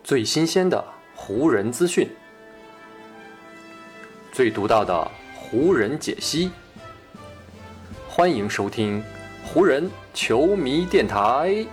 最新鲜的湖人资讯，最独到的湖人解析。欢迎收听湖人球迷电台。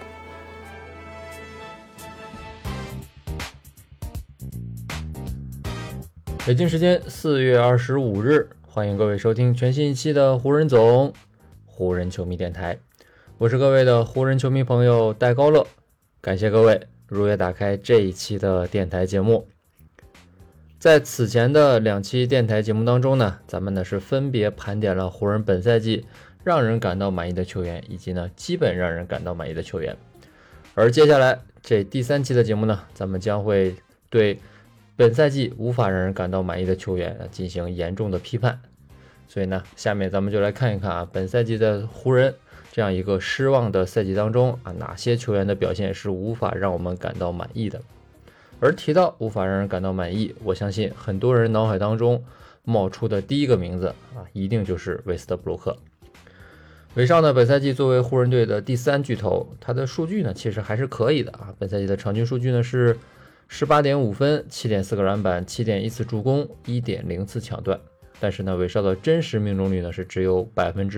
北京时间4月25日，欢迎各位收听全新一期的湖人总湖人球迷电台。我是各位的湖人球迷朋友戴高乐，感谢各位如约打开这一期的电台节目。在此前的2期电台节目当中呢，咱们是分别盘点了湖人本赛季让人感到满意的球员，以及基本让人感到满意的球员。而接下来这第3期的节目呢，咱们将会对本赛季无法让人感到满意的球员进行严重的批判。所以呢，下面咱们就来看一看本赛季的湖人这样一个失望的赛季当中哪些球员的表现是无法让我们感到满意的。而提到无法让人感到满意，我相信很多人脑海当中冒出的第一个名字一定就是韦斯特布鲁克。韦少呢，本赛季作为湖人队的第3巨头，他的数据呢其实还是可以的本赛季的场均数据呢是 18.5 分 7.4 个篮板 7.1 次助攻 1.0 次抢断。但是呢，韦少的真实命中率呢是只有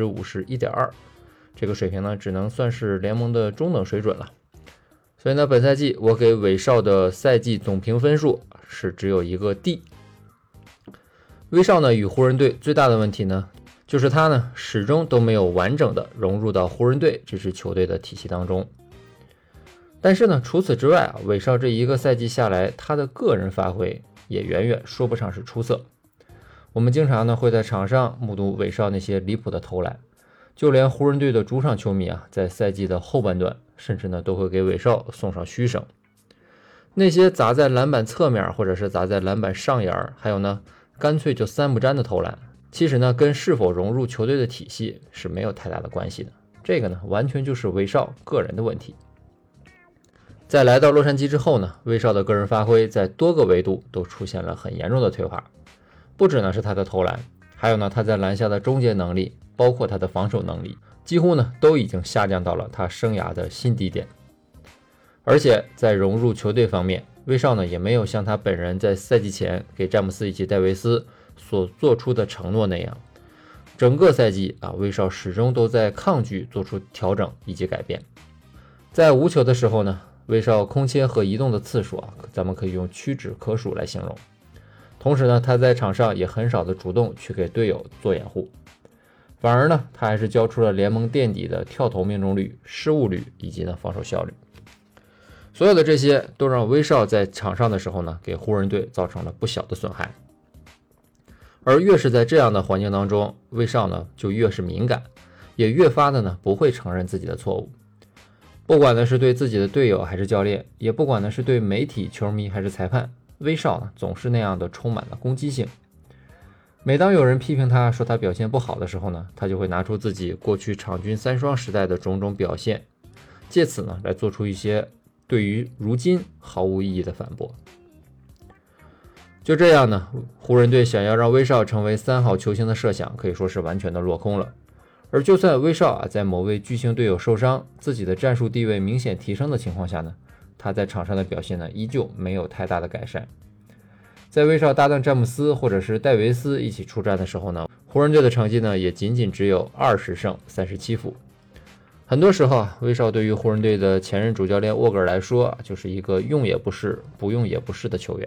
51.2%， 这个水平呢只能算是联盟的中等水准了。所以呢，本赛季我给韦少的赛季总评分数是只有一个 D。 韦少呢与湖人队最大的问题呢，就是他呢始终都没有完整的融入到湖人队这支球队的体系当中。但是呢，除此之外韦少这一个赛季下来，他的个人发挥也远远说不上是出色。我们经常呢会在场上目睹韦少那些离谱的投篮，就连湖人队的主场球迷在赛季的后半段甚至呢都会给韦少送上嘘声。那些砸在篮板侧面或者是砸在篮板上沿，还有呢干脆就三不沾的投篮，其实呢跟是否融入球队的体系是没有太大的关系的，这个呢完全就是韦少个人的问题。在来到洛杉矶之后呢，韦少的个人发挥在多个维度都出现了很严重的退化。不止呢是他的投篮，还有呢他在篮下的终结能力，包括他的防守能力，几乎呢都已经下降到了他生涯的新低点。而且在融入球队方面，韦少呢也没有像他本人在赛季前给詹姆斯以及戴维斯所做出的承诺那样，整个赛季韦少始终都在抗拒做出调整以及改变。在无球的时候呢，韦少空切和移动的次数咱们可以用屈指可数来形容。同时呢，他在场上也很少的主动去给队友做掩护，反而呢，他还是交出了联盟垫底的跳投命中率、失误率以及防守效率。所有的这些都让韦少在场上的时候呢，给湖人队造成了不小的损害。而越是在这样的环境当中，韦少呢就越是敏感，也越发的呢不会承认自己的错误。不管呢是对自己的队友还是教练，也不管呢是对媒体、球迷还是裁判，韦少呢总是那样的充满了攻击性。每当有人批评他说他表现不好的时候呢，他就会拿出自己过去场均3双时代的种种表现，借此呢来做出一些对于如今毫无意义的反驳。就这样呢，湖人队想要让韦少成为3号球星的设想可以说是完全的落空了。而就算韦少在某位巨星队友受伤，自己的战术地位明显提升的情况下呢，他在场上的表现呢依旧没有太大的改善。在韦少搭档詹姆斯或者是戴维斯一起出战的时候呢，湖人队的成绩呢也仅仅只有20胜37负。很多时候韦少对于湖人队的前任主教练沃格尔来说就是一个用也不是不用也不是的球员。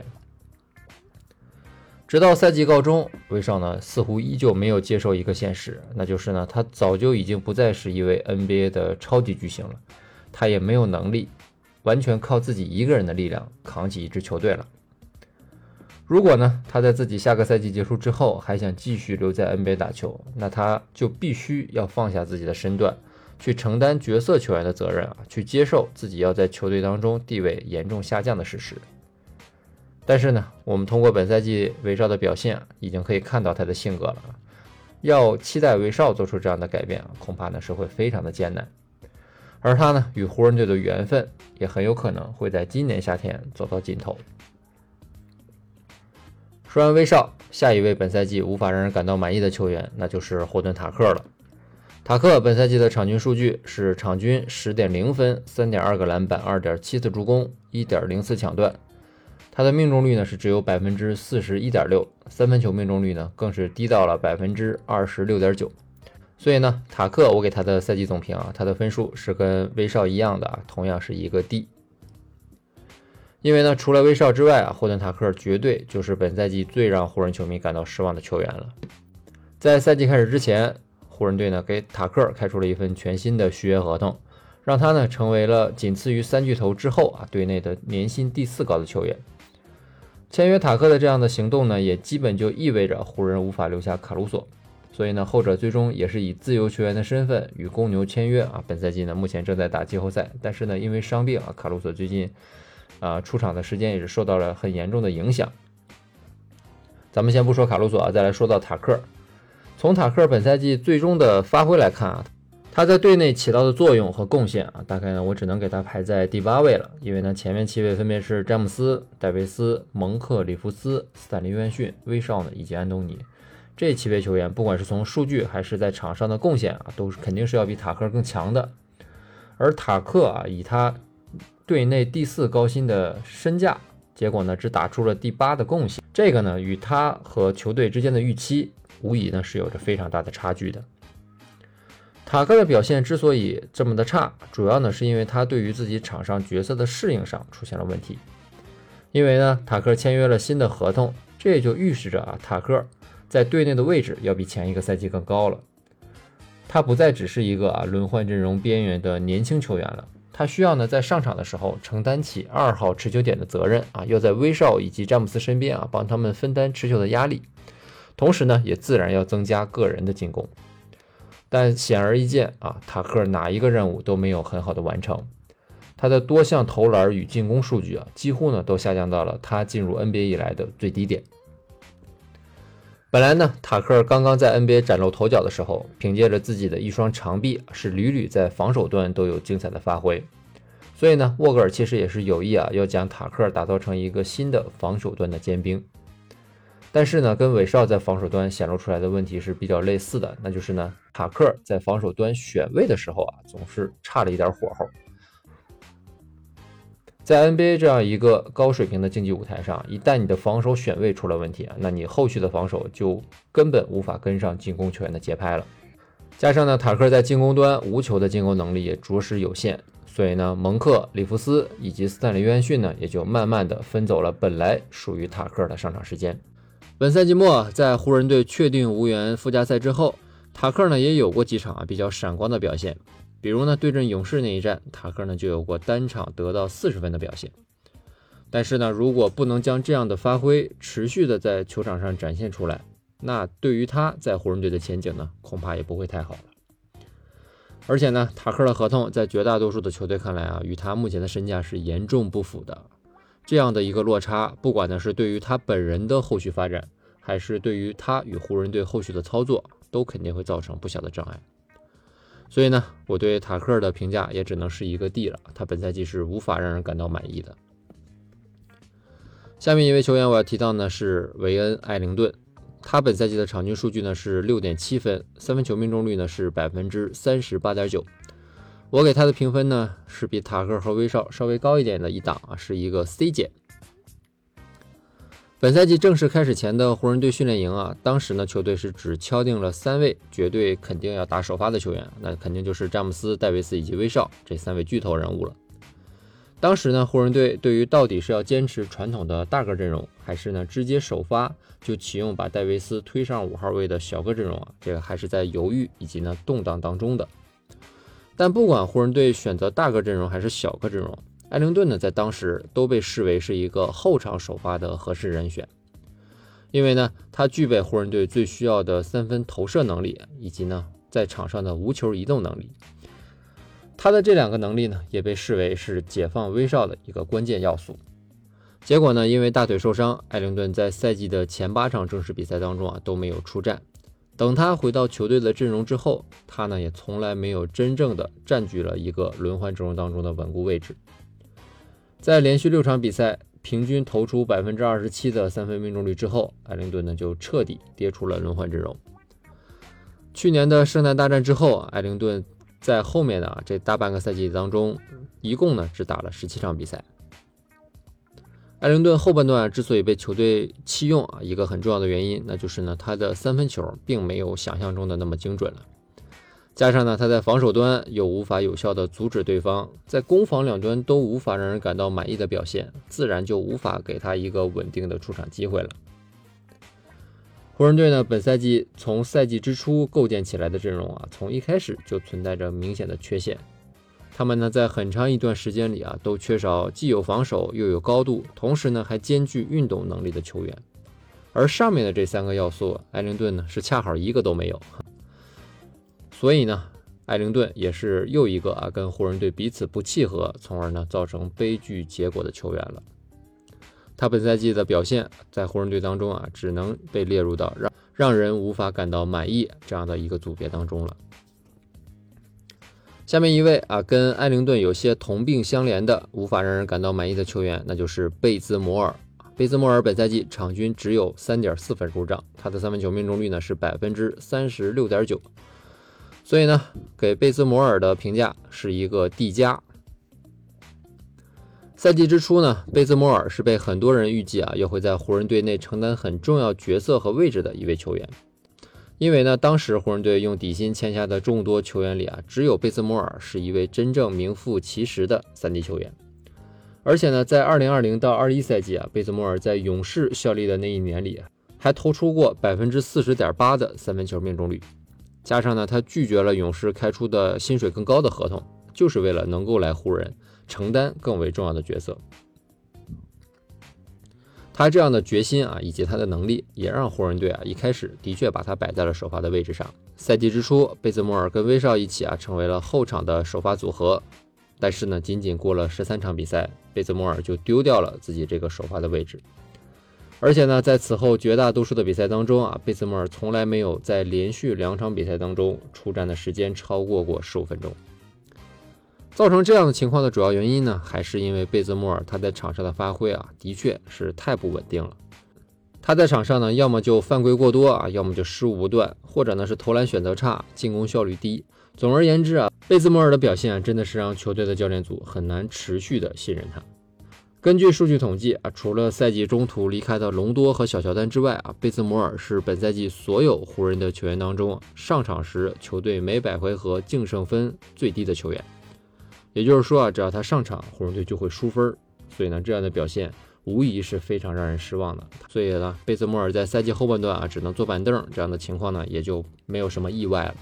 直到赛季告终，韦少呢似乎依旧没有接受一个现实，那就是呢他早就已经不再是一位 NBA 的超级巨星了，他也没有能力完全靠自己一个人的力量扛起一支球队了。如果呢他在自己下个赛季结束之后还想继续留在 NBA 打球，那他就必须要放下自己的身段，去承担角色球员的责任去接受自己要在球队当中地位严重下降的事实。但是呢，我们通过本赛季韦少的表现已经可以看到他的性格了。要期待韦少做出这样的改变恐怕呢是会非常的艰难。而他呢与湖人队的缘分也很有可能会在今年夏天走到尽头。说完韦少，下一位本赛季无法让人感到满意的球员，那就是霍顿塔克了。塔克本赛季的场均数据是场均 10.0 分 3.2 个篮板 2.7 次助攻 1.0 次抢断， 他的命中率呢是只有 41.6%， 三分球命中率呢更是低到了 26.9%。所以呢，塔克我给他的赛季总评他的分数是跟威少一样的同样是一个 D。因为呢，除了威少之外霍顿塔克绝对就是本赛季最让湖人球迷感到失望的球员了。在赛季开始之前，湖人队呢给塔克开出了一份全新的续约合同，让他呢成为了仅次于三巨头之后队内的年薪第4高的球员。签约塔克的这样的行动呢，也基本就意味着湖人无法留下卡鲁索。所以呢，后者最终也是以自由球员的身份与公牛签约本赛季呢，目前正在打季后赛，但是呢，因为伤病卡鲁索最近出场的时间也是受到了很严重的影响。咱们先不说卡鲁索再来说到塔克。从塔克本赛季最终的发挥来看他在队内起到的作用和贡献大概呢，我只能给他排在第8位了，因为呢，前面7位分别是詹姆斯、戴维斯、蒙克、里弗斯、斯坦利约翰逊、威少呢以及安东尼。这7位球员不管是从数据还是在场上的贡献都是肯定是要比塔克更强的。而塔克以他队内第4高薪的身价，结果呢只打出了第8的贡献，这个呢与他和球队之间的预期无疑呢是有着非常大的差距的。塔克的表现之所以这么的差，主要呢是因为他对于自己场上角色的适应上出现了问题。因为呢塔克签约了新的合同，这也就预示着塔克在队内的位置要比前一个赛季更高了。他不再只是一个轮换阵容边缘的年轻球员了，他需要呢在上场的时候承担起2号持球点的责任要在威少以及詹姆斯身边帮他们分担持球的压力，同时呢也自然要增加个人的进攻。但显而易见塔克哪一个任务都没有很好的完成，他的多项投篮与进攻数据几乎呢都下降到了他进入 NBA 以来的最低点。本来呢，塔克刚刚在 NBA 崭露头角的时候，凭借着自己的一双长臂，是屡屡在防守端都有精彩的发挥。所以呢，沃格尔其实也是有意要将塔克打造成一个新的防守端的尖兵。但是呢，跟韦少在防守端显露出来的问题是比较类似的，那就是呢，塔克在防守端选位的时候总是差了一点火候。在 NBA 这样一个高水平的竞技舞台上，一旦你的防守选位出了问题那你后续的防守就根本无法跟上进攻球员的节拍了。加上呢，塔克在进攻端无球的进攻能力也着实有限，所以呢，蒙克、里弗斯以及斯坦利约翰逊呢，也就慢慢的分走了本来属于塔克的上场时间。本赛季末，在湖人队确定无缘附加赛之后，塔克呢也有过几场比较闪光的表现。比如呢，对阵勇士那一战，塔克呢就有过单场得到40分的表现。但是呢，如果不能将这样的发挥持续的在球场上展现出来，那对于他在湖人队的前景呢，恐怕也不会太好了。而且呢，塔克的合同在绝大多数的球队看来与他目前的身价是严重不符的。这样的一个落差，不管呢是对于他本人的后续发展，还是对于他与湖人队后续的操作，都肯定会造成不小的障碍。所以呢，我对塔克的评价也只能是一个 D 了，他本赛季是无法让人感到满意的。下面一位球员我要提到呢是韦恩·艾灵顿，他本赛季的场均数据呢是 6.7 分，三分球命中率呢是 38.9%。我给他的评分呢是比塔克和威少稍微高一点的一档是一个 C 减。本赛季正式开始前的湖人队训练营当时呢球队是只敲定了3位绝对肯定要打首发的球员，那肯定就是詹姆斯、戴维斯以及威少这3位巨头人物了。当时呢湖人队对于到底是要坚持传统的大个阵容，还是呢直接首发就启用把戴维斯推上5号位的小个阵容这个还是在犹豫以及呢动荡当中的。但不管湖人队选择大个阵容还是小个阵容，艾灵顿呢在当时都被视为是一个后场首发的合适人选，因为呢他具备湖人队最需要的3分投射能力，以及呢在场上的无球移动能力。他的这2个能力呢也被视为是解放威少的一个关键要素。结果呢因为大腿受伤，艾灵顿在赛季的前8场正式比赛当中都没有出战。等他回到球队的阵容之后，他呢也从来没有真正的占据了一个轮换阵容当中的稳固位置。在连续6场比赛平均投出 27% 的3分命中率之后，艾灵顿呢就彻底跌出了轮换阵容。去年的圣诞大战之后，艾灵顿在后面的这大半个赛季当中，一共呢只打了17场比赛。 埃灵顿后半段之所以被球队弃用一个很重要的原因，那就是呢他的三分球并没有想象中的那么精准了，加上呢他在防守端又无法有效的阻止对方，在攻防两端都无法让人感到满意的表现，自然就无法给他一个稳定的出场机会了。湖人队呢本赛季从赛季之初构建起来的阵容从一开始就存在着明显的缺陷。他们呢在很长一段时间里都缺少既有防守又有高度，同时呢还兼具运动能力的球员。而上面的这3个要素，埃灵顿呢是恰好一个都没有。所以呢，埃灵顿也是又一个跟湖人队彼此不契合，从而呢造成悲剧结果的球员了。他本赛季的表现在湖人队当中只能被列入到让人无法感到满意这样的一个组别当中了。下面一位跟埃灵顿有些同病相怜的无法让人感到满意的球员，那就是贝兹摩尔。贝兹摩尔本赛季场均只有 3.4 分入账，他的三分球命中率呢是 36.9%， 所以呢给贝兹摩尔的评价是一个D+。赛季之初呢，贝兹摩尔是被很多人预计要会在湖人队内承担很重要角色和位置的一位球员。因为呢，当时湖人队用底薪签下的众多球员里只有贝兹摩尔是一位真正名副其实的3D 球员。而且呢，在2020到21赛季贝兹摩尔在勇士效力的那一年里还投出过 40.8% 的三分球命中率。加上呢，他拒绝了勇士开出的薪水更高的合同，就是为了能够来湖人承担更为重要的角色。他这样的决心以及他的能力，也让湖人队一开始的确把他摆在了首发的位置上。赛季之初，贝兹摩尔跟威少一起成为了后场的首发组合，但是呢，仅仅过了13场比赛，贝兹摩尔就丢掉了自己这个首发的位置。而且呢，在此后绝大多数的比赛当中贝兹摩尔从来没有在连续2场比赛当中出战的时间超过15分钟。造成这样的情况的主要原因呢，还是因为贝兹摩尔他在场上的发挥的确是太不稳定了。他在场上呢，要么就犯规过多要么就失误不断，或者呢是投篮选择差，进攻效率低。总而言之贝兹摩尔的表现真的是让球队的教练组很难持续的信任他。根据数据统计除了赛季中途离开的隆多和小乔丹之外贝兹摩尔是本赛季所有湖人的球员当中上场时球队每100回合净胜分最低的球员。也就是说只要他上场，湖人队就会输分，所以呢，这样的表现无疑是非常让人失望的。所以呢，贝兹摩尔在赛季后半段只能坐板凳，这样的情况呢，也就没有什么意外了。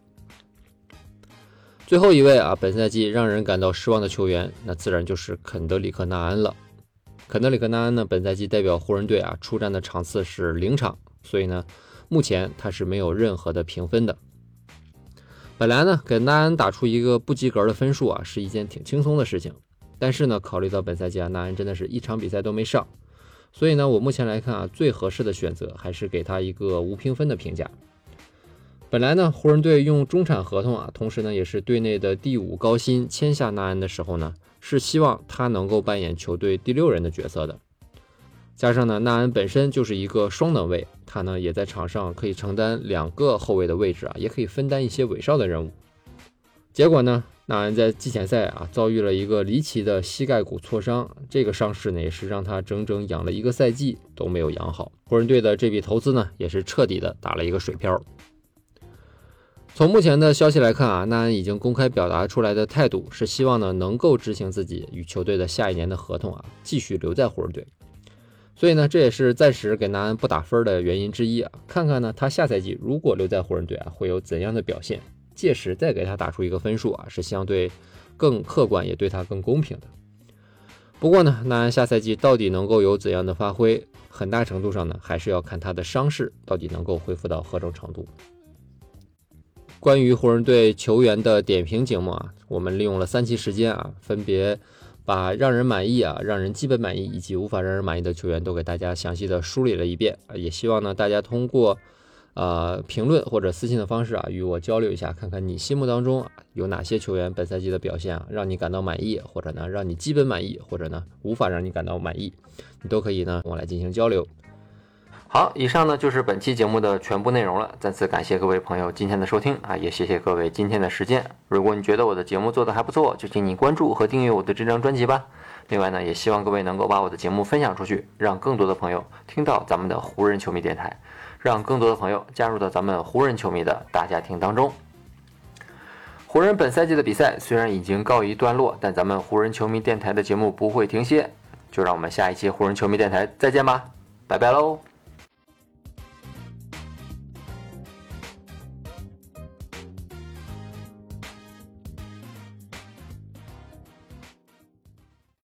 最后一位本赛季让人感到失望的球员，那自然就是肯德里克·纳恩了。肯德里克·纳恩呢，本赛季代表湖人队出战的场次是0场，所以呢，目前他是没有任何的评分的。本来呢，给纳恩打出一个不及格的分数是一件挺轻松的事情，但是呢，考虑到本赛季纳恩真的是1场比赛都没上，所以呢，我目前来看最合适的选择还是给他一个无评分的评价。本来呢，湖人队用中产合同同时呢，也是队内的第5高薪签下纳恩的时候呢，是希望他能够扮演球队第6人的角色的。加上呢，纳恩本身就是一个双能卫，他呢也在场上可以承担2个后卫的位置也可以分担一些尾哨的任务。结果呢，纳恩在季前赛遭遇了一个离奇的膝盖骨挫伤，这个伤势呢也是让他整整养了1个赛季都没有养好。湖人队的这笔投资呢也是彻底的打了一个水漂。从目前的消息来看纳恩已经公开表达出来的态度是希望呢能够执行自己与球队的下1年的合同继续留在湖人队。所以呢，这也是暂时给纳恩不打分的原因之一看看呢他下赛季如果留在湖人队会有怎样的表现，届时再给他打出一个分数是相对更客观也对他更公平的。不过呢，纳恩下赛季到底能够有怎样的发挥，很大程度上呢还是要看他的伤势到底能够恢复到何种程度。关于湖人队球员的点评节目我们利用了3期时间分别把让人满意让人基本满意以及无法让人满意的球员都给大家详细的梳理了一遍也希望呢大家通过评论或者私信的方式与我交流一下，看看你心目当中有哪些球员本赛季的表现让你感到满意，或者呢让你基本满意，或者呢无法让你感到满意，你都可以呢跟我来进行交流。 好，以上呢就是本期节目的全部内容了。再次感谢各位朋友今天的收听也谢谢各位今天的时间。如果你觉得我的节目做得还不错，就请你关注和订阅我的这张专辑吧。 另外呢，也希望各位能够把我的节目分享出去，让更多的朋友听到咱们的湖人球迷电台，让更多的朋友加入到咱们湖人球迷的大家庭当中。湖人本赛季的比赛虽然已经告一段落，但咱们湖人球迷电台的节目不会停歇，就让我们下一期湖人球迷电台再见吧，拜拜喽。